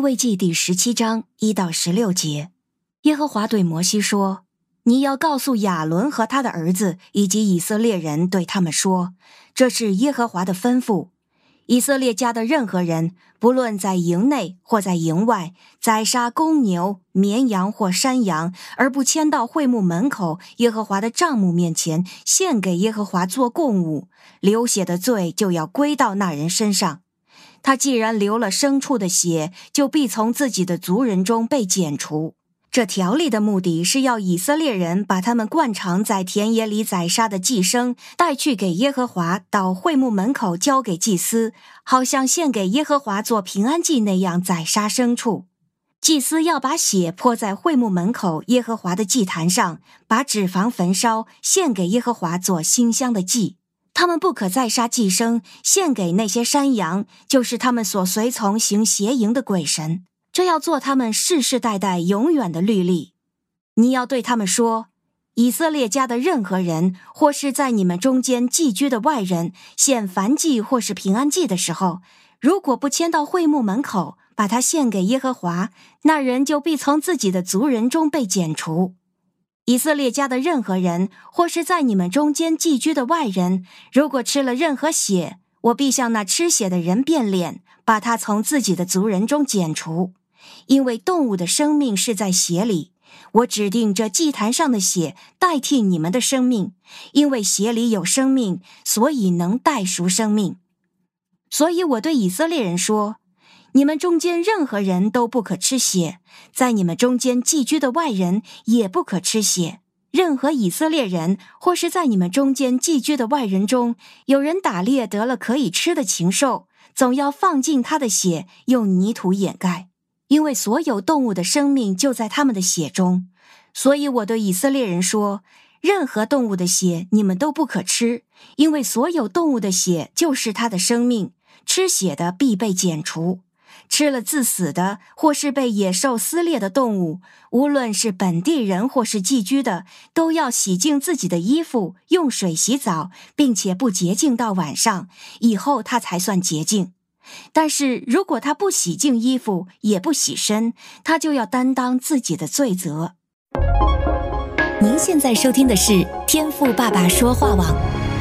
利未记第17章1到16节，耶和华对摩西说：你要告诉亚伦和他的儿子以及以色列人，对他们说，这是耶和华的吩咐。以色列家的任何人，不论在营内或在营外，宰杀公牛、绵羊或山羊，而不牵到会幕门口耶和华的帐幕面前，献给耶和华做供物，流血的罪就要归到那人身上。他既然流了牲畜的血，就必从自己的族人中被剪除。这条例的目的是要以色列人把他们惯常在田野里宰杀的祭牲带去给耶和华，到会幕门口交给祭司，好像献给耶和华做平安祭那样宰杀牲畜。祭司要把血泼在会幕门口耶和华的祭坛上，把脂肪焚烧，献给耶和华做馨香的祭。他们不可再杀祭牲，献给那些山羊，就是他们所随从行邪淫的鬼神。这要做他们世世代代永远的律例。你要对他们说，以色列家的任何人，或是在你们中间寄居的外人，献燔祭或是平安祭的时候，如果不牵到会幕门口，把它献给耶和华，那人就必从自己的族人中被剪除。以色列家的任何人，或是在你们中间寄居的外人，如果吃了任何血，我必向那吃血的人变脸，把他从自己的族人中剪除。因为动物的生命是在血里，我指定这祭坛上的血代替你们的生命，因为血里有生命，所以能代赎生命。所以我对以色列人说，你们中间任何人都不可吃血，在你们中间寄居的外人也不可吃血。任何以色列人，或是在你们中间寄居的外人中，有人打猎得了可以吃的禽兽，总要放进他的血，用泥土掩盖，因为所有动物的生命就在他们的血中。所以我对以色列人说，任何动物的血你们都不可吃，因为所有动物的血就是它的生命，吃血的必被剪除。吃了自死的，或是被野兽撕裂的动物，无论是本地人或是寄居的，都要洗净自己的衣服，用水洗澡，并且不洁净到晚上，以后他才算洁净。但是如果他不洗净衣服，也不洗身，他就要担当自己的罪责。您现在收听的是天父爸爸说话网。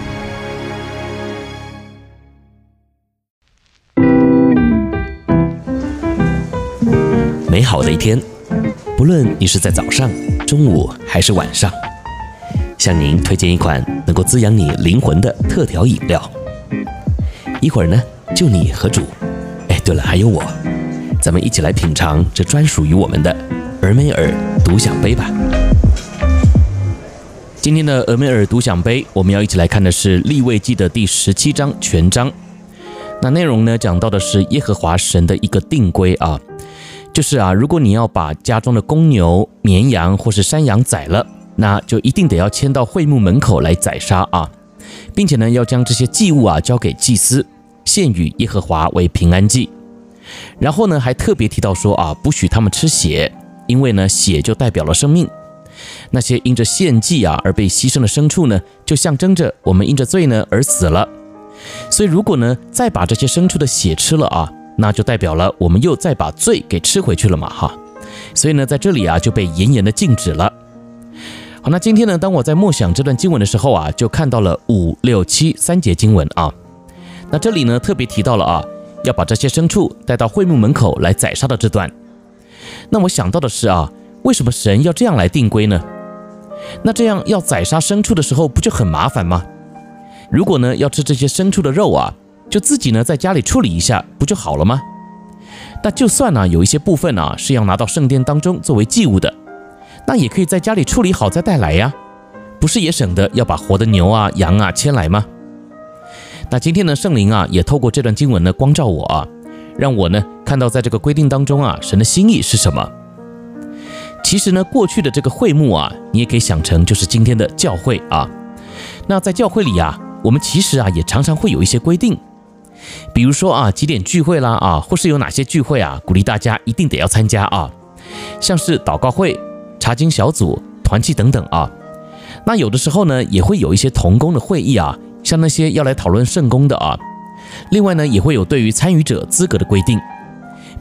美好的一天，不论你是在早上、中午还是晚上，向您推荐一款能够滋养你灵魂的特调饮料。一会儿呢，就你和主，对了，还有我，咱们一起来品尝这专属于我们的俄梅尔独享杯吧。今天的俄梅尔独享杯，我们要一起来看的是利未记的第17章全章。那内容呢，讲到的是耶和华神的一个定规啊。就是如果你要把家中的公牛、绵羊或是山羊宰了，那就一定得要牵到会幕门口来宰杀啊，并且呢，要将这些祭物交给祭司，献与耶和华为平安祭。然后呢，还特别提到说不许他们吃血，因为呢，血就代表了生命。那些因着献祭而被牺牲的牲畜呢，就象征着我们因着罪呢而死了。所以如果呢，再把这些牲畜的血吃了那就代表了我们又再把罪给吃回去了嘛哈，所以呢，在这里就被严严的禁止了。好，那今天呢，当我在默想这段经文的时候就看到了5、6、7三节经文那这里呢特别提到了要把这些牲畜带到会幕门口来宰杀的这段。那我想到的是为什么神要这样来定规呢？那这样要宰杀牲畜的时候不就很麻烦吗？如果呢要吃这些牲畜的肉就自己呢在家里处理一下不就好了吗？那就算有一些部分是要拿到圣殿当中作为祭物的，那也可以在家里处理好再带来呀，不是也省得要把活的牛羊牵来吗？那今天呢，圣灵也透过这段经文呢光照我让我呢看到在这个规定当中神的心意是什么。其实呢，过去的这个会幕你也可以想成就是今天的教会那在教会里我们其实也常常会有一些规定。比如说几点聚会啦或是有哪些聚会鼓励大家一定得要参加像是祷告会、查经小组、团契等等那有的时候呢，也会有一些同工的会议像那些要来讨论圣工的另外呢，也会有对于参与者资格的规定。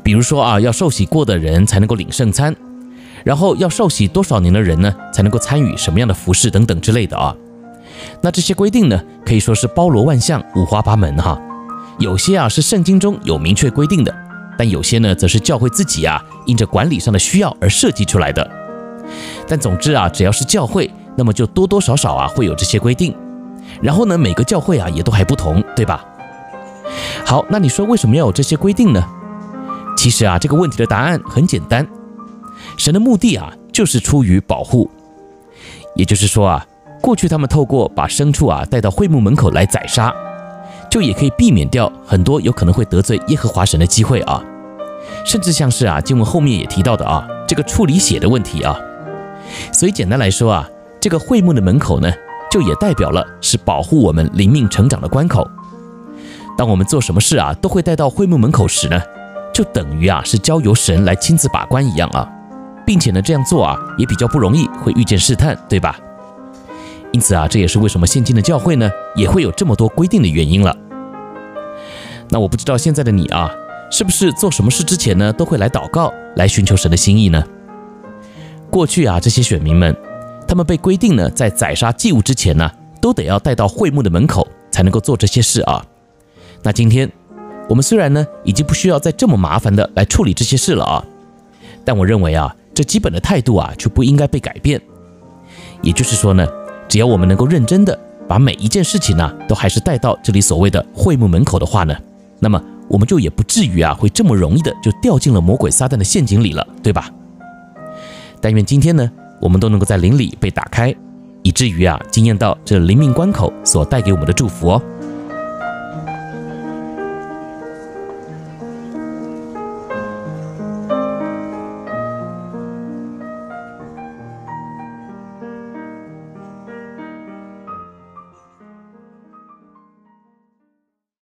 比如说啊，要受洗过的人才能够领圣餐，然后要受洗多少年的人呢，才能够参与什么样的服事等等之类的啊。那这些规定呢，可以说是包罗万象，五花八门哈。有些啊是圣经中有明确规定的，但有些呢则是教会自己啊因着管理上的需要而设计出来的。但总之啊，只要是教会，那么就多多少少啊会有这些规定。然后呢，每个教会啊也都还不同，对吧？好，那你说为什么要有这些规定呢？其实啊，这个问题的答案很简单，神的目的啊就是出于保护。也就是说啊，过去他们透过把牲畜啊带到会幕门口来宰杀，就也可以避免掉很多有可能会得罪耶和华神的机会啊。甚至像是啊经文后面也提到的啊，这个处理血的问题啊。所以简单来说啊，这个会幕的门口呢，就也代表了是保护我们灵命成长的关口。当我们做什么事啊都会带到会幕门口时呢，就等于啊是交由神来亲自把关一样啊，并且呢这样做啊也比较不容易会遇见试探，对吧？因此啊，这也是为什么现今的教会呢也会有这么多规定的原因了。那我不知道现在的你啊，是不是做什么事之前呢都会来祷告，来寻求神的心意呢？过去啊这些选民们，他们被规定呢在宰杀祭物之前呢，都得要带到会幕的门口才能够做这些事啊。那今天我们虽然呢已经不需要再这么麻烦的来处理这些事了啊，但我认为啊这基本的态度啊就不应该被改变。也就是说呢，只要我们能够认真的把每一件事情啊都还是带到这里所谓的会幕门口的话呢，那么我们就也不至于啊会这么容易的就掉进了魔鬼撒旦的陷阱里了，对吧？但愿今天呢我们都能够在灵里被打开，以至于啊经验到这灵命关口所带给我们的祝福哦。